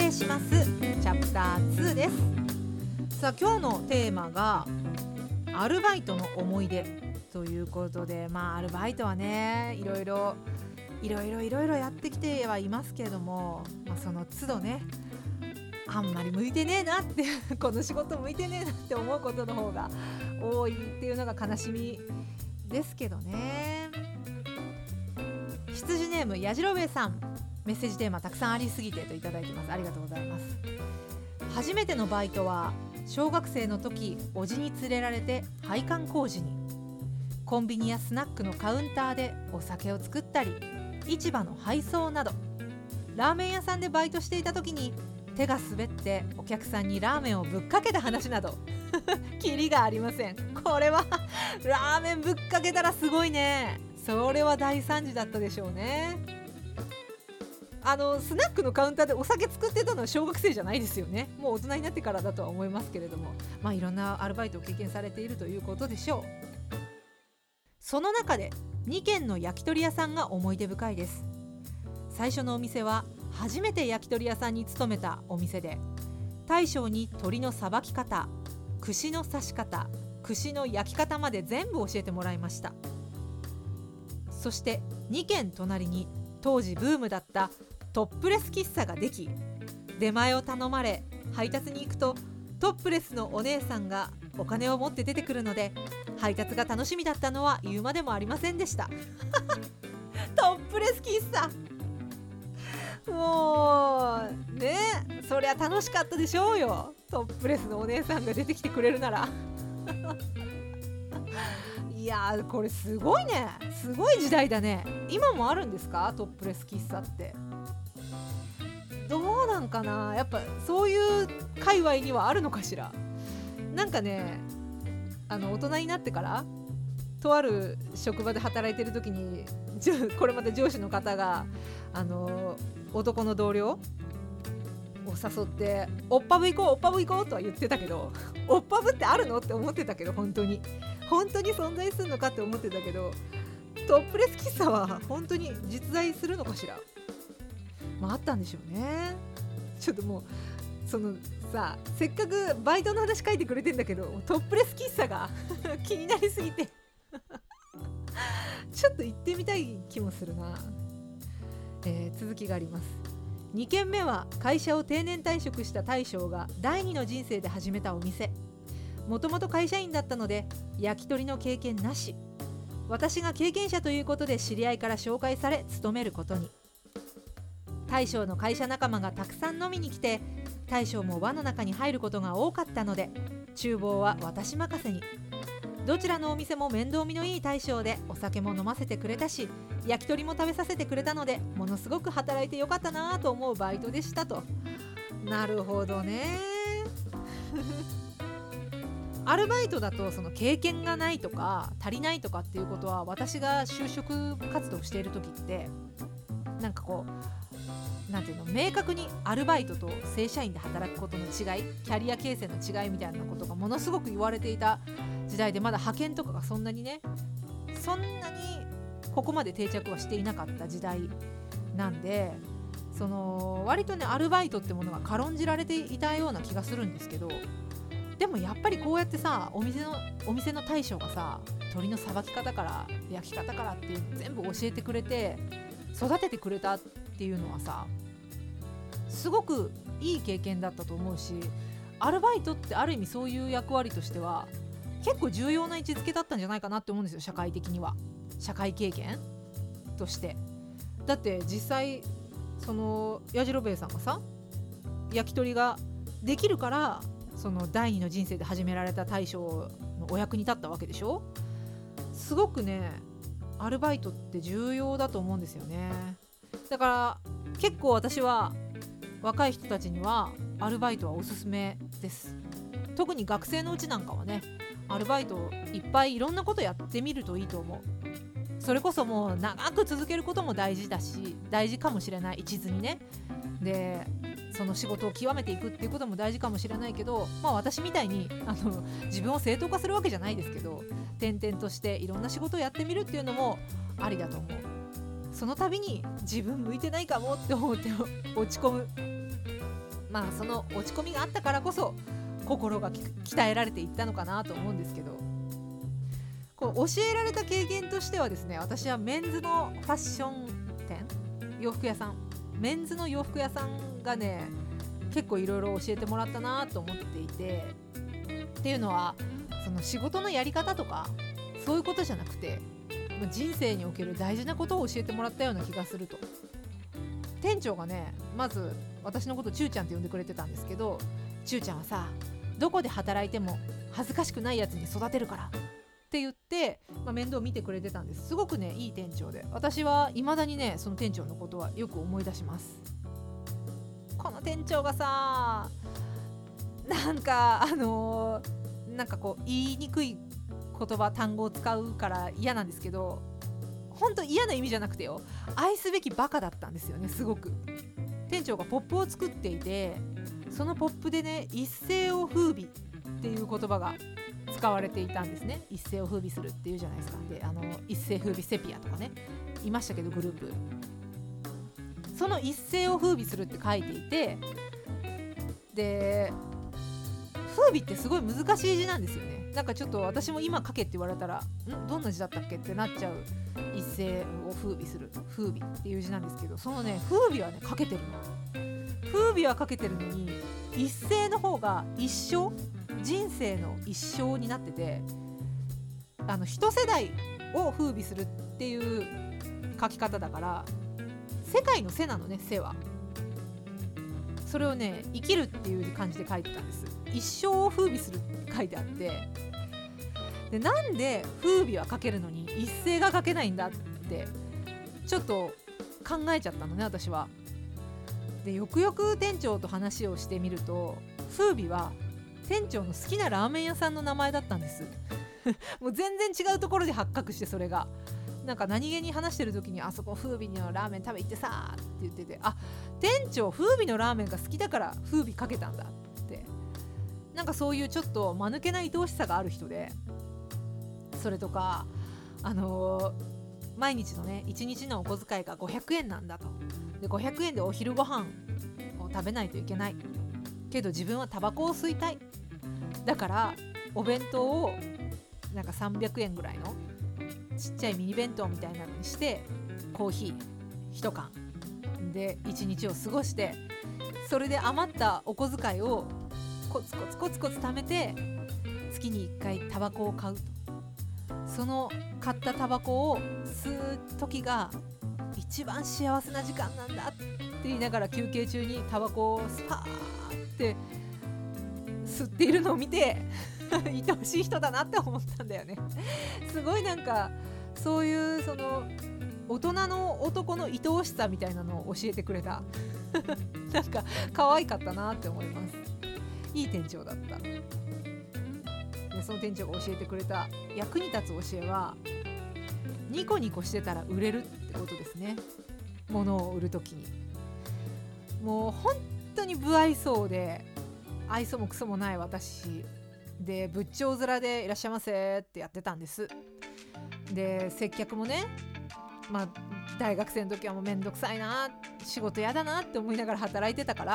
けしますチャプター2です。さあ今日のテーマがアルバイトの思い出ということで、アルバイトはねいろいろやってきてはいますけれども、その都度ねあんまり向いてねえなってこの仕事向いてねえなって思うことの方が多いっていうのが悲しみですけどね。羊ネームやじろべえさん、メッセージテーマたくさんありすぎてといただいてます。ありがとうございます。初めてのバイトは小学生の時、おじに連れられて配管工事に、コンビニやスナックのカウンターでお酒を作ったり、市場の配送など、ラーメン屋さんでバイトしていた時に手が滑ってお客さんにラーメンをぶっかけた話などキリがありません。これはラーメンぶっかけたらすごいね。それは大惨事だったでしょうね。スナックのカウンターでお酒作ってたのは小学生じゃないですよね。もう大人になってからだとは思いますけれども、いろんなアルバイトを経験されているということでしょう。その中で2軒の焼き鳥屋さんが思い出深いです。最初のお店は初めて焼き鳥屋さんに勤めたお店で、大将に鶏のさばき方、串の刺し方、串の焼き方まで全部教えてもらいました。そして2軒隣に当時ブームだったトップレス喫茶ができ、出前を頼まれ配達に行くとトップレスのお姉さんがお金を持って出てくるので、配達が楽しみだったのは言うまでもありませんでしたトップレス喫茶、もうね、そりゃ楽しかったでしょうよ。トップレスのお姉さんが出てきてくれるならいやー、これすごいね、すごい時代だね。今もあるんですか、トップレス喫茶って。どうなんかな、やっぱそういう界隈にはあるのかしら。なんかね、大人になってからとある職場で働いてる時に、これまた上司の方が男の同僚を誘っておっぱぶ行こうとは言ってたけど、おっぱぶってあるのって思ってたけど、本当に存在するのかって思ってたけど、トップレス喫茶は本当に実在するのかしら。あったんでしょうね。ちょっともうそのさ、せっかくバイトの話書いてくれてんだけど、トップレス喫茶が気になりすぎてちょっと行ってみたい気もするな。続きがあります。2軒目は会社を定年退職した大将が第二の人生で始めたお店。もともと会社員だったので焼き鳥の経験なし。私が経験者ということで知り合いから紹介され勤めることに。大将の会社仲間がたくさん飲みに来て、大将も輪の中に入ることが多かったので厨房は私任せに。どちらのお店も面倒見のいい大将で、お酒も飲ませてくれたし焼き鳥も食べさせてくれたので、ものすごく働いてよかったなと思うバイトでしたと。なるほどねアルバイトだとその経験がないとか足りないとかっていうことは、私が就職活動している時ってなんかこうなんていうの、明確にアルバイトと正社員で働くことの違い、キャリア形成の違いみたいなことがものすごく言われていた時代で、まだ派遣とかがそんなにここまで定着はしていなかった時代なんで、その割とねアルバイトってものが軽んじられていたような気がするんですけど、でもやっぱりこうやってさ、お店の大将がさ、鶏のさばき方から焼き方からっていう全部教えてくれて育ててくれたっていうのはさ、すごくいい経験だったと思うし、アルバイトってある意味そういう役割としては結構重要な位置づけだったんじゃないかなって思うんですよ。社会的には、社会経験として。だって実際そのやじろべえさんがさ、焼き鳥ができるからその第二の人生で始められた大将のお役に立ったわけでしょ。すごくねアルバイトって重要だと思うんですよね。だから結構私は若い人たちにはアルバイトはおすすめです。特に学生のうちなんかはね、アルバイトいっぱいいろんなことやってみるといいと思う。それこそもう長く続けることも大事だし、大事かもしれない、一途にね。でその仕事を極めていくっていうことも大事かもしれないけど、私みたいに自分を正当化するわけじゃないですけど、転々としていろんな仕事をやってみるっていうのもありだと思う。その度に自分向いてないかもって思って落ち込む。 その落ち込みがあったからこそ心が鍛えられていったのかなと思うんですけど、こう教えられた経験としてはですね、私はメンズのファッション店、洋服屋さん、メンズの洋服屋さんがね結構いろいろ教えてもらったなと思っていて、っていうのはその仕事のやり方とかそういうことじゃなくて、人生における大事なことを教えてもらったような気がすると。店長がね、まず私のことちゅうちゃんって呼んでくれてたんですけど、ちゅうちゃんはさ、どこで働いても恥ずかしくないやつに育てるからって言って、面倒見てくれてたんです。すごくねいい店長で、私は未だにねその店長のことはよく思い出します。この店長がさ、なんかこう言いにくい言葉単語を使うから嫌なんですけど、本当嫌な意味じゃなくてよ、愛すべきバカだったんですよね。すごく店長がポップを作っていて、そのポップでね一世を風靡っていう言葉が使われていたんですね。一世を風靡するっていうじゃないですか。で一世風靡セピアとかねいましたけど、グループ、その一世を風靡するって書いていて、で風靡ってすごい難しい字なんですよね。なんかちょっと私も今書けって言われたらどんな字だったっけってなっちゃう。一世を風靡する、風靡っていう字なんですけど、そのね風靡はね書けてるの。風靡は書けてるのに一世の方が一生、人生の一生になってて、一世代を風靡するっていう書き方だから、世界の世なのね、世は。それをね生きるっていう感じで書いてたんです。一生を風靡するって書いてあって、でなんで風靡は書けるのに一世が書けないんだってちょっと考えちゃったのね、私は。でよくよく店長と話をしてみると、風靡は店長の好きなラーメン屋さんの名前だったんですもう全然違うところで発覚して、それがなんか何気に話してる時に、あそこ風靡のラーメン食べ行ってさーって言ってて、あ、店長風靡のラーメンが好きだから風靡かけたんだって、なんかそういうちょっと間抜けな愛おしさがある人で、それとか毎日のね1日のお小遣いが500円なんだと。で500円でお昼ご飯を食べないといけないけど、自分はタバコを吸いたい、だからお弁当をなんか300円ぐらいのちっちゃいミニ弁当みたいなのにして、コーヒー1缶で1日を過ごして、それで余ったお小遣いをコツコツコツコツ貯めて月に1回タバコを買うと。その買ったタバコを吸う時が一番幸せな時間なんだって言いながら、休憩中にタバコをスパーって吸っているのを見て愛おしい人だなって思ったんだよね。すごいなんかそういうその大人の男の愛おしさみたいなのを教えてくれたなんか可愛かったなって思います。いい店長だった。でその店長が教えてくれた役に立つ教えは、ニコニコしてたら売れるってことですね。物を売るときにもう本当に不愛想で、愛想もクソもない私で、仏頂面でいらっしゃいませってやってたんです。で接客もね、大学生の時はもうめんどくさいな、仕事やだなって思いながら働いてたから、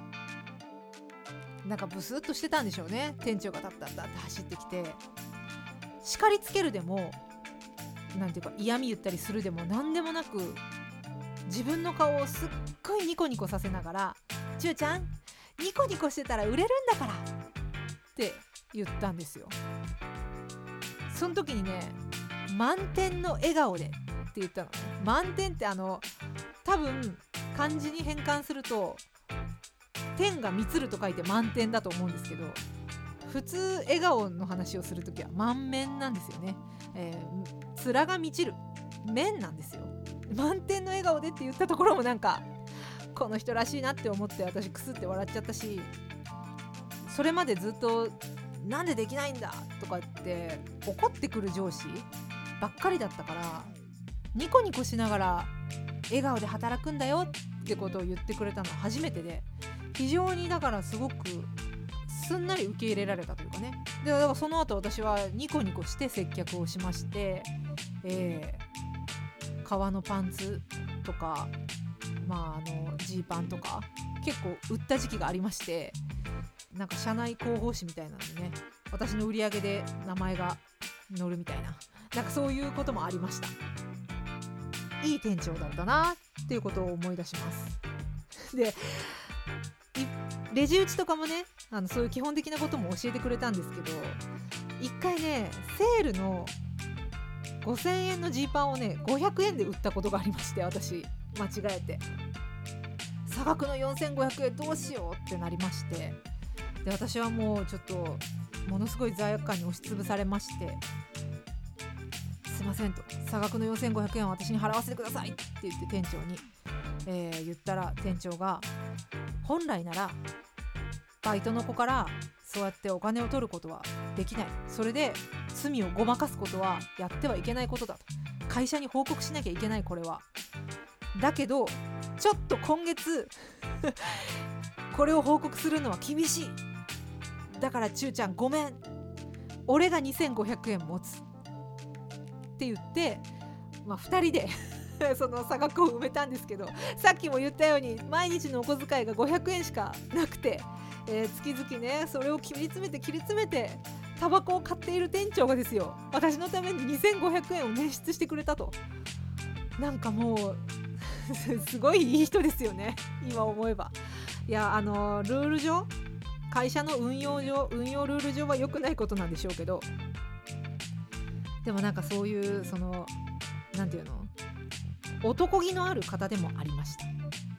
なんかブスッとしてたんでしょうね。店長がタッタッタって走ってきて、叱りつけるでもなんていうか嫌味言ったりするでも何でもなく、自分の顔をすっごいニコニコさせながら、ちゅうちゃんニコニコしてたら売れるんだからって言ったんですよ。その時にね、満点の笑顔でって言ったのね。満点って多分漢字に変換すると天が満つると書いて満点だと思うんですけど、普通笑顔の話をするときは満面なんですよね。面が満ちる面なんですよ。満点の笑顔でって言ったところもなんかこの人らしいなって思って、私クスって笑っちゃったし、それまでずっとなんでできないんだとかって怒ってくる上司ばっかりだったから、ニコニコしながら笑顔で働くんだよってことを言ってくれたのは初めてで、非常にだからすごくすんなり受け入れられたというかね。でだからその後私はニコニコして接客をしまして、革のパンツとかジーパンとか結構売った時期がありまして、なんか社内広報誌みたいなのにね、私の売り上げで名前が載るみたいな、なんかそういうこともありました。いい店長だったなっていうことを思い出します。でレジ打ちとかもね、そういう基本的なことも教えてくれたんですけど、一回ねセールの5000円のジーパンをね500円で売ったことがありまして、私間違えて差額の4500円どうしようってなりまして、で私はもうちょっとものすごい罪悪感に押しつぶされまして、すいませんと、差額の4500円を私に払わせてくださいって言って店長に、言ったら、店長が本来ならバイトの子からそうやってお金を取ることはできない、それで罪をごまかすことはやってはいけないことだと、会社に報告しなきゃいけない、これはだけどちょっと今月これを報告するのは厳しい、だからちゅうちゃんごめん、俺が2500円持つって言って、2人でその差額を埋めたんですけど、さっきも言ったように毎日のお小遣いが500円しかなくて、月々ねそれを切り詰めてタバコを買っている店長がですよ、私のために2500円を捻出してくれたと。なんかもうすごいいい人ですよね、今思えば。いやルール上、会社の運用ルール上は良くないことなんでしょうけど、でもなんかそういうそのなんていうの、男気のある方でもありました。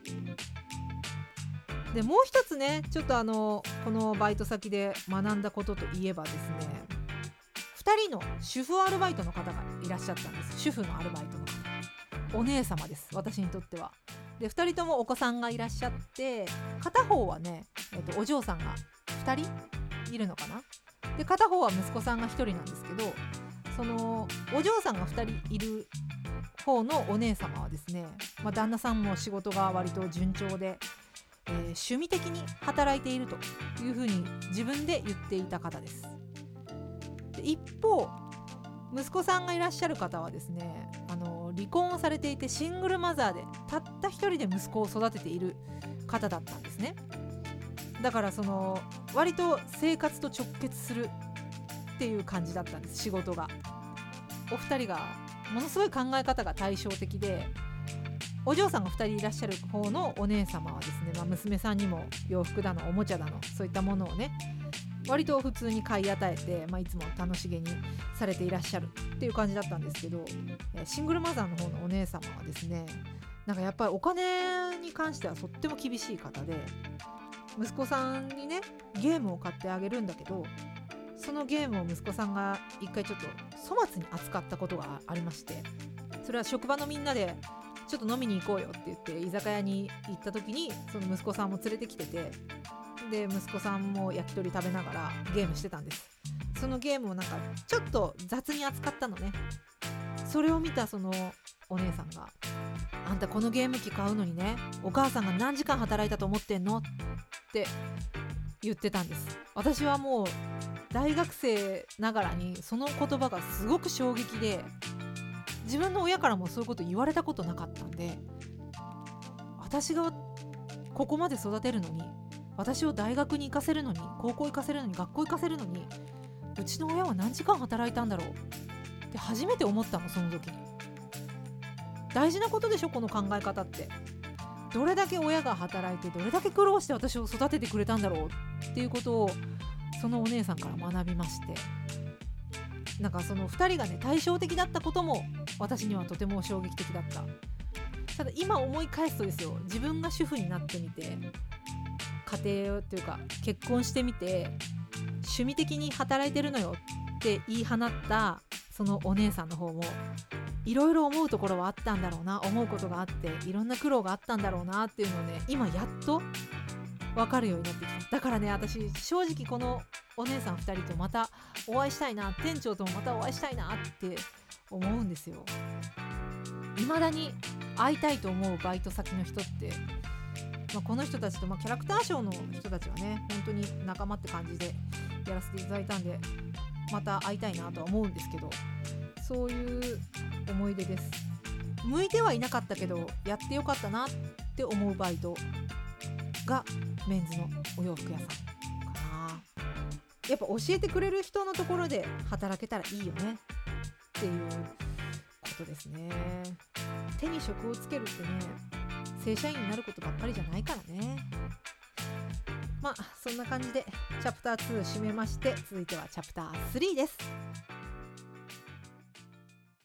でもう一つね、ちょっとこのバイト先で学んだことといえばですね、2人の主婦アルバイトの方がいらっしゃったんです。主婦のアルバイトの方、お姉様です、私にとっては。で2人ともお子さんがいらっしゃって、片方はね、お嬢さんが2人いるのかな。で片方は息子さんが1人なんですけど、そのお嬢さんが2人いる方のお姉様はですね、旦那さんも仕事が割と順調で、趣味的に働いているというふうに自分で言っていた方です。で一方息子さんがいらっしゃる方はですね、離婚をされていてシングルマザーでたった一人で息子を育てている方だったんですね。だからその割と生活と直結するっていう感じだったんです、仕事が。お二人がものすごい考え方が対照的で、お嬢さんが2人いらっしゃる方のお姉様はですね、娘さんにも洋服だのおもちゃだのそういったものをね割と普通に買い与えて、いつも楽しげにされていらっしゃるっていう感じだったんですけど、シングルマザーの方のお姉様はですね、なんかやっぱりお金に関してはとっても厳しい方で、息子さんにねゲームを買ってあげるんだけど、そのゲームを息子さんが一回ちょっと粗末に扱ったことがありまして、それは職場のみんなでちょっと飲みに行こうよって言って居酒屋に行った時に、その息子さんも連れてきてて、で息子さんも焼き鳥食べながらゲームしてたんです。そのゲームをなんかちょっと雑に扱ったのね。それを見たそのお姉さんが、あんたこのゲーム機買うのにね、お母さんが何時間働いたと思ってんのって言ってたんです。私はもう大学生ながらにその言葉がすごく衝撃で、自分の親からもそういうこと言われたことなかったんで、私がここまで育てるのに、私を大学に行かせるのに、高校行かせるのに、学校行かせるのに、うちの親は何時間働いたんだろうって初めて思ったの、その時に。大事なことでしょ、この考え方って。どれだけ親が働いて、どれだけ苦労して私を育ててくれたんだろうっていうことをそのお姉さんから学びまして、なんかその2人がね対照的だったことも私にはとても衝撃的だった。ただ今思い返すとですよ、自分が主婦になってみて、家庭というか結婚してみて、趣味的に働いてるのよって言い放ったそのお姉さんの方もいろいろ思うところはあったんだろうな、思うことがあっていろんな苦労があったんだろうなっていうのをね、今やっと分かるようになってきた。だからね、私正直このお姉さん2人とまたお会いしたいな、店長ともまたお会いしたいなって思うんですよ。未だに会いたいと思うバイト先の人って、この人たちと、キャラクターショーの人たちはね本当に仲間って感じでやらせていただいたんで、また会いたいなとは思うんですけど、そういう思い出です。向いてはいなかったけどやってよかったなって思うバイトがメンズのお洋服屋さんかな。やっぱ教えてくれる人のところで働けたらいいよねっていうことですね。手に職をつけるってね、正社員になることばっかりじゃないからね。まあそんな感じでチャプター2締めまして、続いてはチャプター3です。